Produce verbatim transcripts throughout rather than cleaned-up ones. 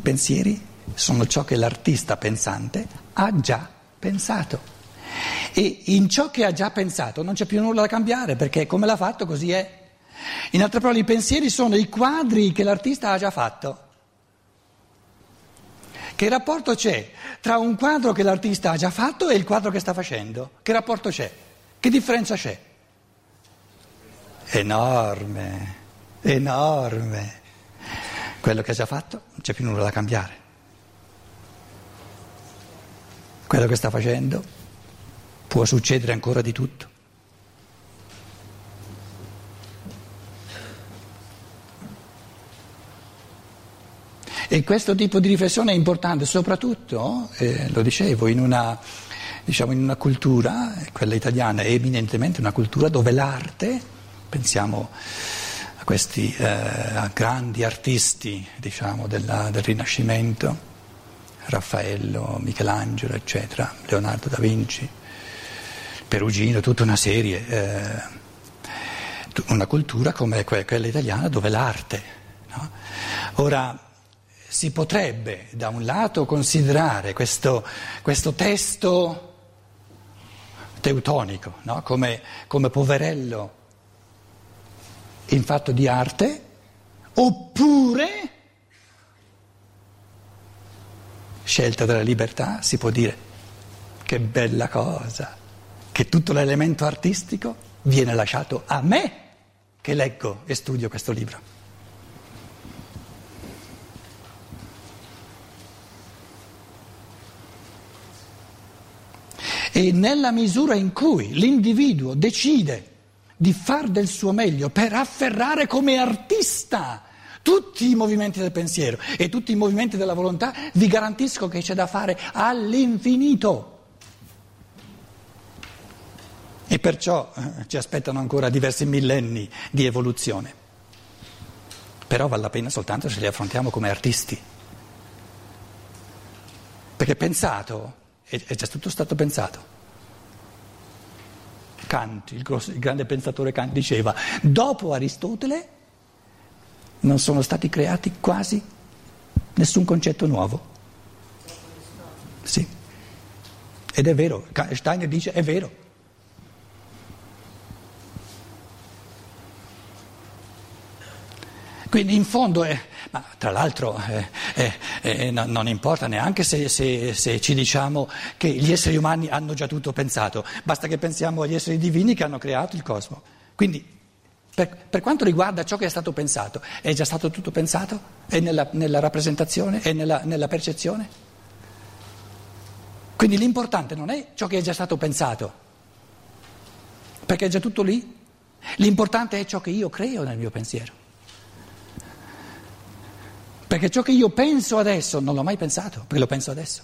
pensieri sono ciò che l'artista pensante ha già pensato. E in ciò che ha già pensato non c'è più nulla da cambiare, perché come l'ha fatto così è. In altre parole, i pensieri sono i quadri che l'artista ha già fatto. Che rapporto c'è tra un quadro che l'artista ha già fatto e il quadro che sta facendo? Che rapporto c'è? Che differenza c'è? Enorme, enorme. Quello che ha già fatto non c'è più nulla da cambiare. Quello che sta facendo può succedere ancora di tutto. E questo tipo di riflessione è importante, soprattutto, eh, lo dicevo, in una, diciamo, in una cultura, quella italiana è eminentemente una cultura dove l'arte, pensiamo a questi eh, grandi artisti, diciamo, della, del Rinascimento, Raffaello, Michelangelo, eccetera, Leonardo da Vinci, Perugino, tutta una serie, eh, una cultura come quella italiana dove l'arte, no? Ora, si potrebbe da un lato considerare questo, questo testo teutonico, no? come, come poverello in fatto di arte, oppure, scelta della libertà, si può dire che bella cosa, che tutto l'elemento artistico viene lasciato a me che leggo e studio questo libro. E nella misura in cui l'individuo decide di far del suo meglio per afferrare come artista tutti i movimenti del pensiero e tutti i movimenti della volontà, vi garantisco che c'è da fare all'infinito. E perciò eh, ci aspettano ancora diversi millenni di evoluzione. Però vale la pena soltanto se li affrontiamo come artisti. Perché pensato... è già tutto stato pensato. Kant, il, grosso, il grande pensatore Kant, diceva: dopo Aristotele non sono stati creati quasi nessun concetto nuovo. Sì, ed è vero, Steiner dice è vero. Quindi in fondo, è, ma tra l'altro eh, eh, eh, no, non importa neanche se, se, se ci diciamo che gli esseri umani hanno già tutto pensato, basta che pensiamo agli esseri divini che hanno creato il cosmo. Quindi per, per quanto riguarda ciò che è stato pensato, è già stato tutto pensato? È nella, nella rappresentazione? È nella, nella percezione? Quindi l'importante non è ciò che è già stato pensato, perché è già tutto lì. L'importante è ciò che io creo nel mio pensiero. Perché ciò che io penso adesso non l'ho mai pensato, perché lo penso adesso.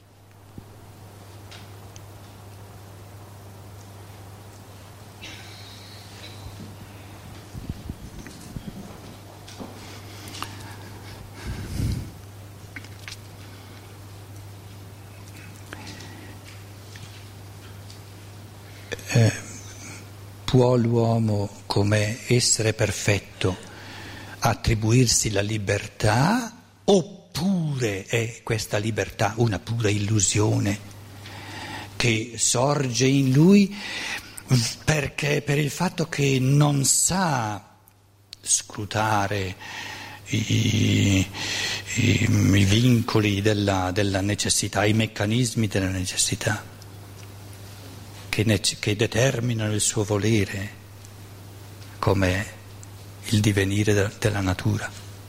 Eh, può l'uomo, come essere perfetto, attribuirsi la libertà, oppure è questa libertà una pura illusione che sorge in lui perché per il fatto che non sa scrutare i, i, i vincoli della, della necessità, i meccanismi della necessità che, ne, che determinano il suo volere come il divenire della natura.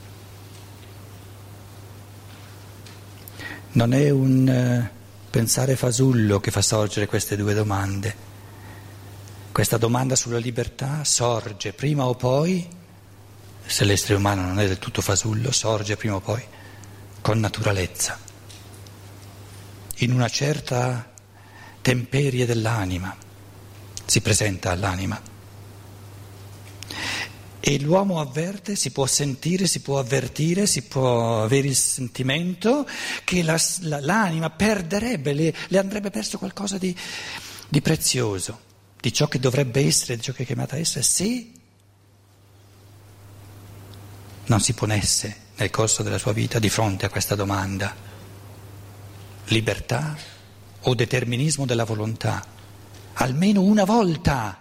Non è un eh, pensare fasullo che fa sorgere queste due domande. Questa domanda sulla libertà sorge prima o poi, se l'essere umano non è del tutto fasullo, sorge prima o poi con naturalezza, in una certa temperie dell'anima, si presenta all'anima. E l'uomo avverte, si può sentire, si può avvertire, si può avere il sentimento che la, la, l'anima perderebbe, le, le andrebbe perso qualcosa di, di prezioso, di ciò che dovrebbe essere, di ciò che è chiamata a essere, se non si ponesse nel corso della sua vita di fronte a questa domanda: libertà o determinismo della volontà? Almeno una volta,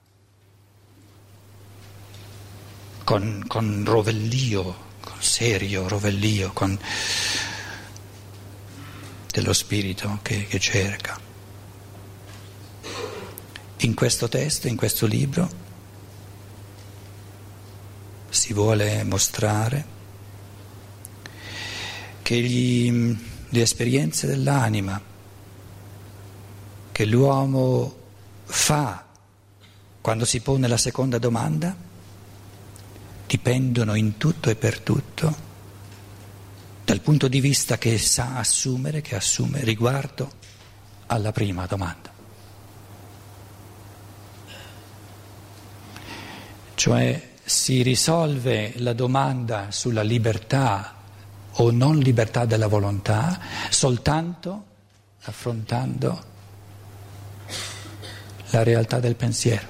con, con rovellio, con serio rovellio, con dello spirito che, che cerca. In questo testo, in questo libro, si vuole mostrare che gli, le esperienze dell'anima che l'uomo fa quando si pone la seconda domanda dipendono in tutto e per tutto dal punto di vista che sa assumere, che assume riguardo alla prima domanda. Cioè si risolve la domanda sulla libertà o non libertà della volontà soltanto affrontando la realtà del pensiero.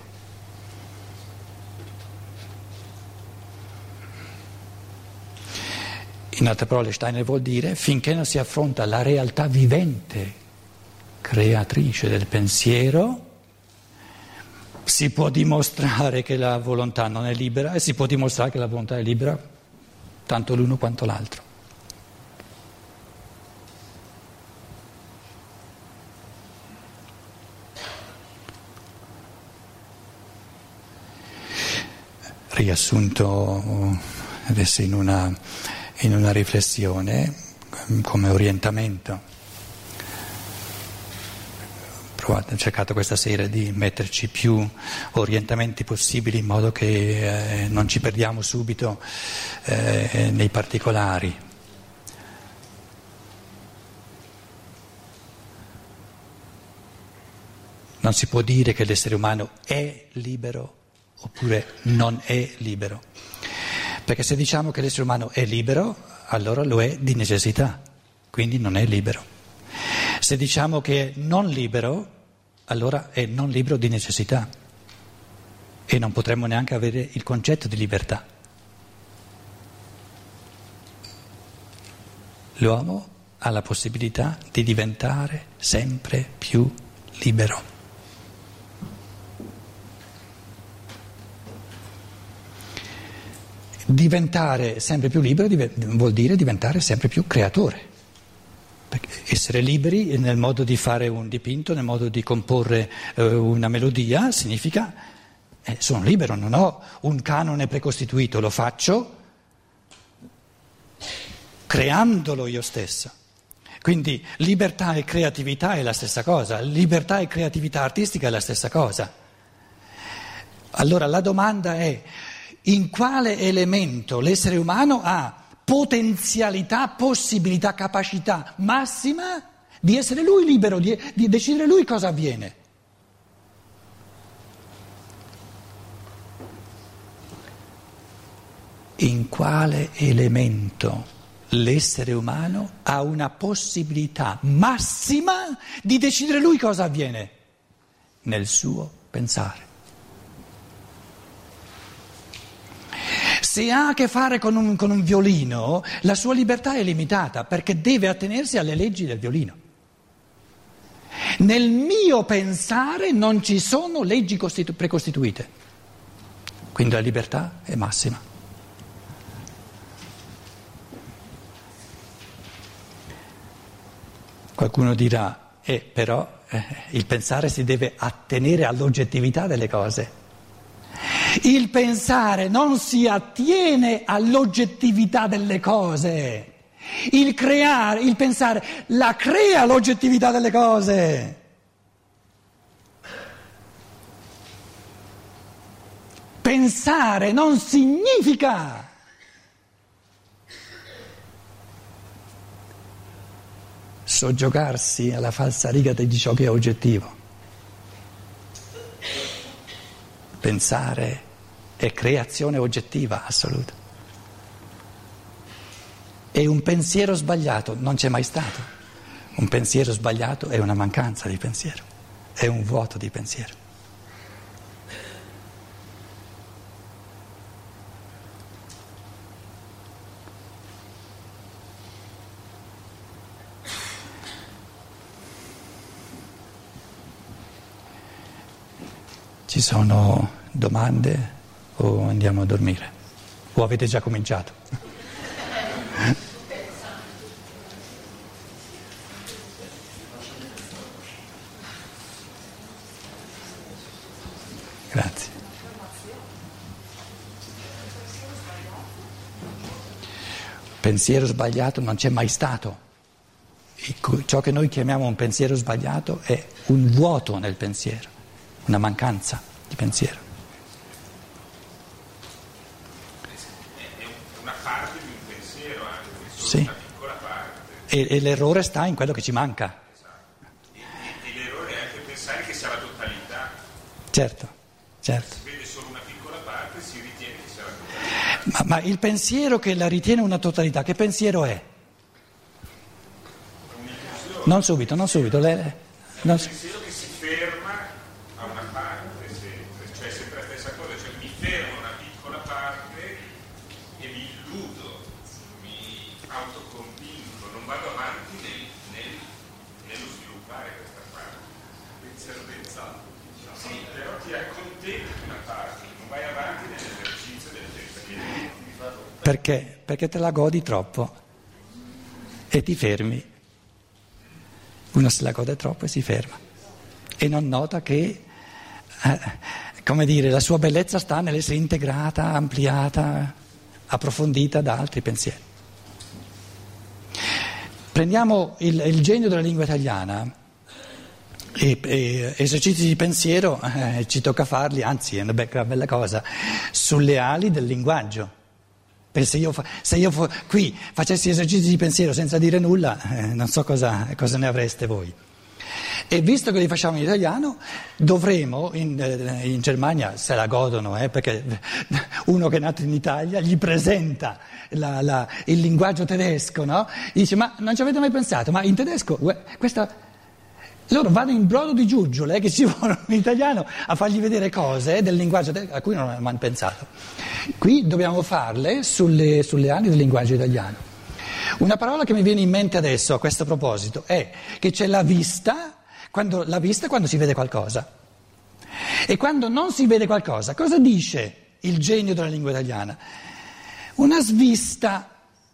In altre parole, Steiner vuol dire: finché non si affronta la realtà vivente, creatrice del pensiero, si può dimostrare che la volontà non è libera e si può dimostrare che la volontà è libera, tanto l'uno quanto l'altro. Riassunto adesso in una, in una riflessione come orientamento. Ho cercato questa sera di metterci più orientamenti possibili in modo che eh, non ci perdiamo subito eh, nei particolari. Non si può dire che l'essere umano è libero oppure non è libero, perché se diciamo che l'essere umano è libero, allora lo è di necessità, quindi non è libero. Se diciamo che è non libero, allora è non libero di necessità e non potremmo neanche avere il concetto di libertà. L'uomo ha la possibilità di diventare sempre più libero. Diventare sempre più libero vuol dire diventare sempre più creatore. Perché essere liberi nel modo di fare un dipinto, nel modo di comporre eh, una melodia, significa eh, sono libero, non ho un canone precostituito, lo faccio creandolo io stesso. Quindi libertà e creatività è la stessa cosa, libertà e creatività artistica è la stessa cosa. Allora la domanda è: in quale elemento l'essere umano ha potenzialità, possibilità, capacità massima di essere lui libero, di, di decidere lui cosa avviene? In quale elemento l'essere umano ha una possibilità massima di decidere lui cosa avviene? Nel suo pensare. Se ha a che fare con un, con un violino, la sua libertà è limitata perché deve attenersi alle leggi del violino. Nel mio pensare non ci sono leggi costitu- precostituite, quindi la libertà è massima. Qualcuno dirà, eh, però eh, il pensare si deve attenere all'oggettività delle cose. Il pensare non si attiene all'oggettività delle cose, il creare, il pensare la crea l'oggettività delle cose. Pensare non significa soggiogarsi alla falsariga di ciò che è oggettivo. Pensare è creazione oggettiva assoluta. E un pensiero sbagliato non c'è mai stato. Un pensiero sbagliato è una mancanza di pensiero, è un vuoto di pensiero. Ci sono domande o andiamo a dormire? O avete già cominciato? Grazie. Pensiero sbagliato non c'è mai stato. Ciò che noi chiamiamo un pensiero sbagliato è un vuoto nel pensiero, una mancanza di pensiero. È una parte di un pensiero anche, solo sì. Una piccola parte. E, e l'errore sta in quello che ci manca. Esatto. E, e, e l'errore è anche pensare che sia la totalità. Certo, certo. Si vede solo una piccola parte e si ritiene che sia la totalità. Ma, ma il pensiero che la ritiene una totalità, che pensiero è? Non subito, non subito. Le, non il pensiero che si ferma a una parte sempre, cioè sempre la stessa cosa, cioè mi fermo a una piccola parte e mi illudo, mi autoconvinco, non vado avanti nel, nel, nello sviluppare questa parte. Pensiero pensato. Sì, però ti accontenti di una parte, non vai avanti nell'esercizio del pensiero. Perché? Perché te la godi troppo e ti fermi. Uno se la gode troppo e si ferma e non nota che, eh, come dire, la sua bellezza sta nell'essere integrata, ampliata, approfondita da altri pensieri. Prendiamo il, il genio della lingua italiana e, e esercizi di pensiero, eh, ci tocca farli, anzi è una bella, bella cosa, sulle ali del linguaggio. Se io, fa, se io fa, qui facessi esercizi di pensiero senza dire nulla, eh, non so cosa, cosa ne avreste voi. E visto che li facciamo in italiano, dovremo, in, eh, in Germania se la godono, eh, perché uno che è nato in Italia gli presenta la, la, il linguaggio tedesco, no? Gli dice, ma non ci avete mai pensato, ma in tedesco questa... Loro vanno in brodo di giuggiole, eh, che ci vogliono in italiano a fargli vedere cose eh, del linguaggio a cui non hanno mai pensato. Qui dobbiamo farle sulle, sulle ali del linguaggio italiano. Una parola che mi viene in mente adesso a questo proposito è che c'è la vista, quando, la vista quando si vede qualcosa. E quando non si vede qualcosa, cosa dice il genio della lingua italiana? Una svista.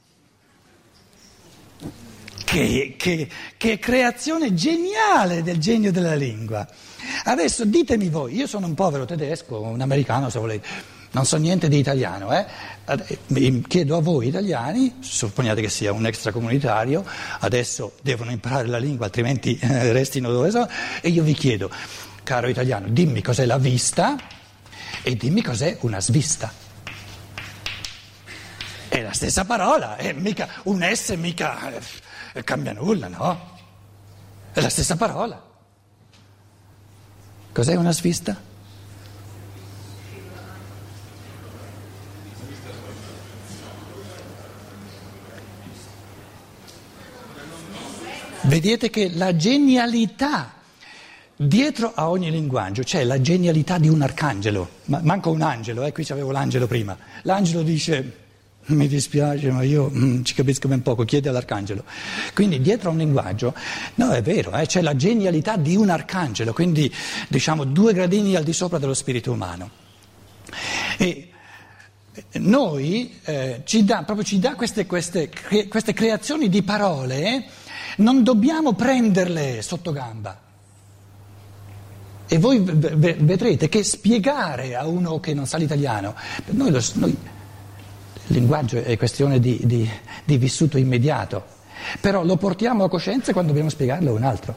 Che, che, che creazione geniale del genio della lingua. Adesso ditemi voi, io sono un povero tedesco, un americano se volete, non so niente di italiano, eh? Chiedo a voi italiani, supponiate che sia un extracomunitario, adesso devono imparare la lingua altrimenti eh, restino dove sono, e io vi chiedo, caro italiano, dimmi cos'è la vista e dimmi cos'è una svista. È la stessa parola, è mica un S, mica... Eh, cambia nulla, no? È la stessa parola. Cos'è una svista? Vedete che la genialità dietro a ogni linguaggio c'è la genialità di un arcangelo, ma manco un angelo, eh? Qui c'avevo l'angelo prima. L'angelo dice... Mi dispiace, ma io mm, ci capisco ben poco, chiede all'arcangelo. Quindi dietro a un linguaggio, no è vero, eh, c'è la genialità di un arcangelo, quindi diciamo due gradini al di sopra dello spirito umano. E noi eh, ci dà, proprio ci dà queste, queste, queste creazioni di parole, eh, non dobbiamo prenderle sotto gamba. E voi vedrete che spiegare a uno che non sa l'italiano, per noi lo... Noi, il linguaggio è questione di, di, di vissuto immediato, però lo portiamo a coscienza quando dobbiamo spiegarlo a un altro.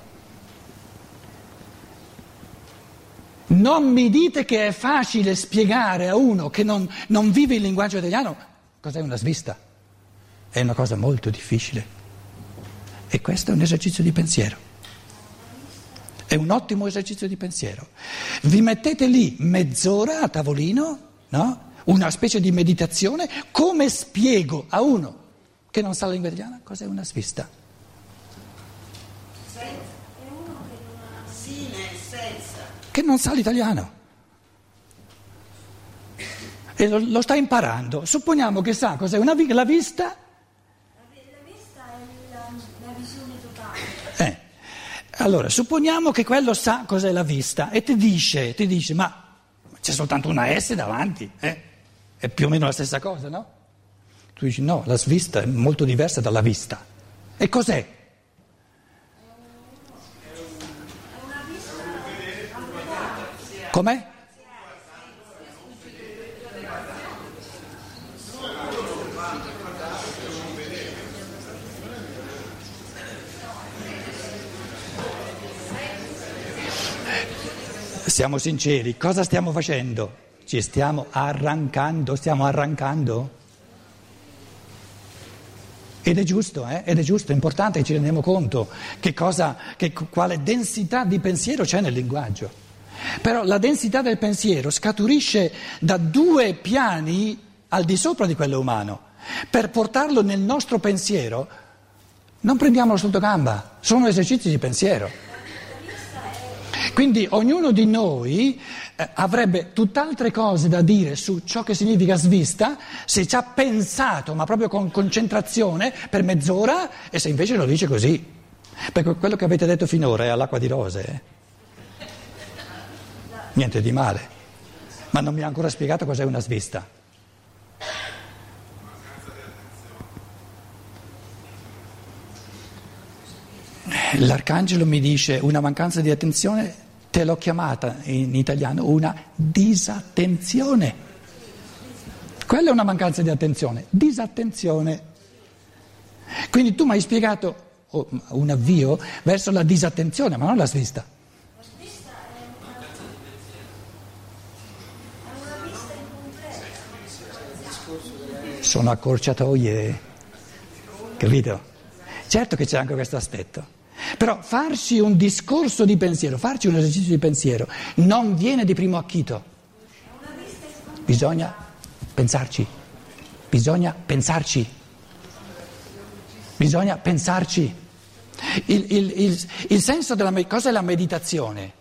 Non mi dite che è facile spiegare a uno che non, non vive il linguaggio italiano cos'è una svista. È una cosa molto difficile. E questo è un esercizio di pensiero. È un ottimo esercizio di pensiero. Vi mettete lì mezz'ora a tavolino, no? Una specie di meditazione, come spiego a uno che non sa la lingua italiana cos'è una svista? È uno che non ha sì nel senso. Che non sa l'italiano. E lo, lo sta imparando. Supponiamo che sa cos'è una la vista. La, la vista è la, la visione totale. Eh. Allora, supponiamo che quello sa cos'è la vista e ti dice, ti dice, ma c'è soltanto una S davanti, eh? È più o meno la stessa cosa, no? Tu dici no, la svista è molto diversa dalla vista. E cos'è? Com'è? Siamo sinceri, cosa stiamo facendo? Ci stiamo arrancando, stiamo arrancando? Ed è giusto, eh? Ed è giusto, è importante che ci rendiamo conto che cosa, che, quale densità di pensiero c'è nel linguaggio. Però la densità del pensiero scaturisce da due piani al di sopra di quello umano. Per portarlo nel nostro pensiero non prendiamolo sotto gamba, sono esercizi di pensiero. Quindi ognuno di noi eh, avrebbe tutt'altre cose da dire su ciò che significa svista se ci ha pensato, ma proprio con concentrazione, per mezz'ora, e se invece lo dice così. Perché quello che avete detto finora è all'acqua di rose. Eh? Niente di male. Ma non mi ha ancora spiegato cos'è una svista. L'arcangelo mi dice una mancanza di attenzione, te l'ho chiamata in italiano una disattenzione. Quella è una mancanza di attenzione, disattenzione. Quindi tu mi hai spiegato oh, un avvio verso la disattenzione, ma non la svista. La svista è una, è una vista incompleta. Sono accorciatoie, capito? Certo che c'è anche questo aspetto. Però farci un discorso di pensiero, farci un esercizio di pensiero, non viene di primo acchito. Bisogna pensarci, bisogna pensarci, bisogna pensarci. Il, il, il, il senso della cosa è la meditazione?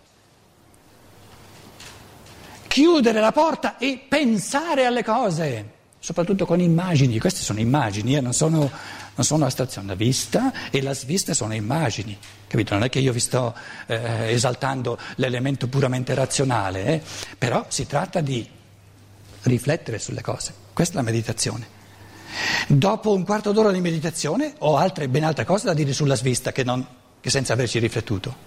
Chiudere la porta e pensare alle cose, soprattutto con immagini. Queste sono immagini, eh, non sono... Non sono astrazione, la vista e la svista sono immagini, capito? Non è che io vi sto eh, esaltando l'elemento puramente razionale, eh? Però si tratta di riflettere sulle cose, questa è la meditazione. Dopo un quarto d'ora di meditazione ho altre, ben altre cose da dire sulla svista che, non, che senza averci riflettuto.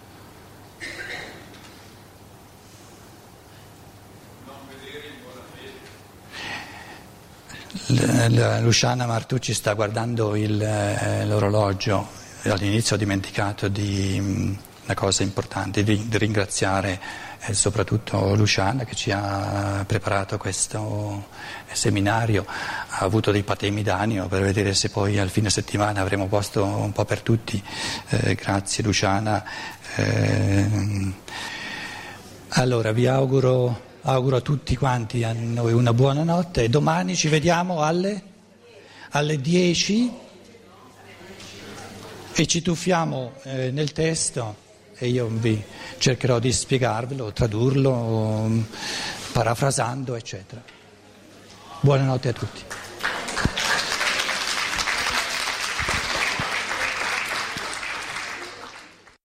Luciana Martucci sta guardando il, eh, l'orologio, all'inizio ho dimenticato di mh, una cosa importante, di, di ringraziare eh, soprattutto Luciana che ci ha preparato questo seminario, ha avuto dei patemi d'animo per vedere se poi al fine settimana avremo posto un po' per tutti, eh, grazie Luciana. Eh, allora vi auguro... Auguro a tutti quanti, a noi una buona notte e domani ci vediamo alle, alle dieci e ci tuffiamo eh, nel testo e io vi cercherò di spiegarvelo, tradurlo, parafrasando, eccetera. Buonanotte a tutti.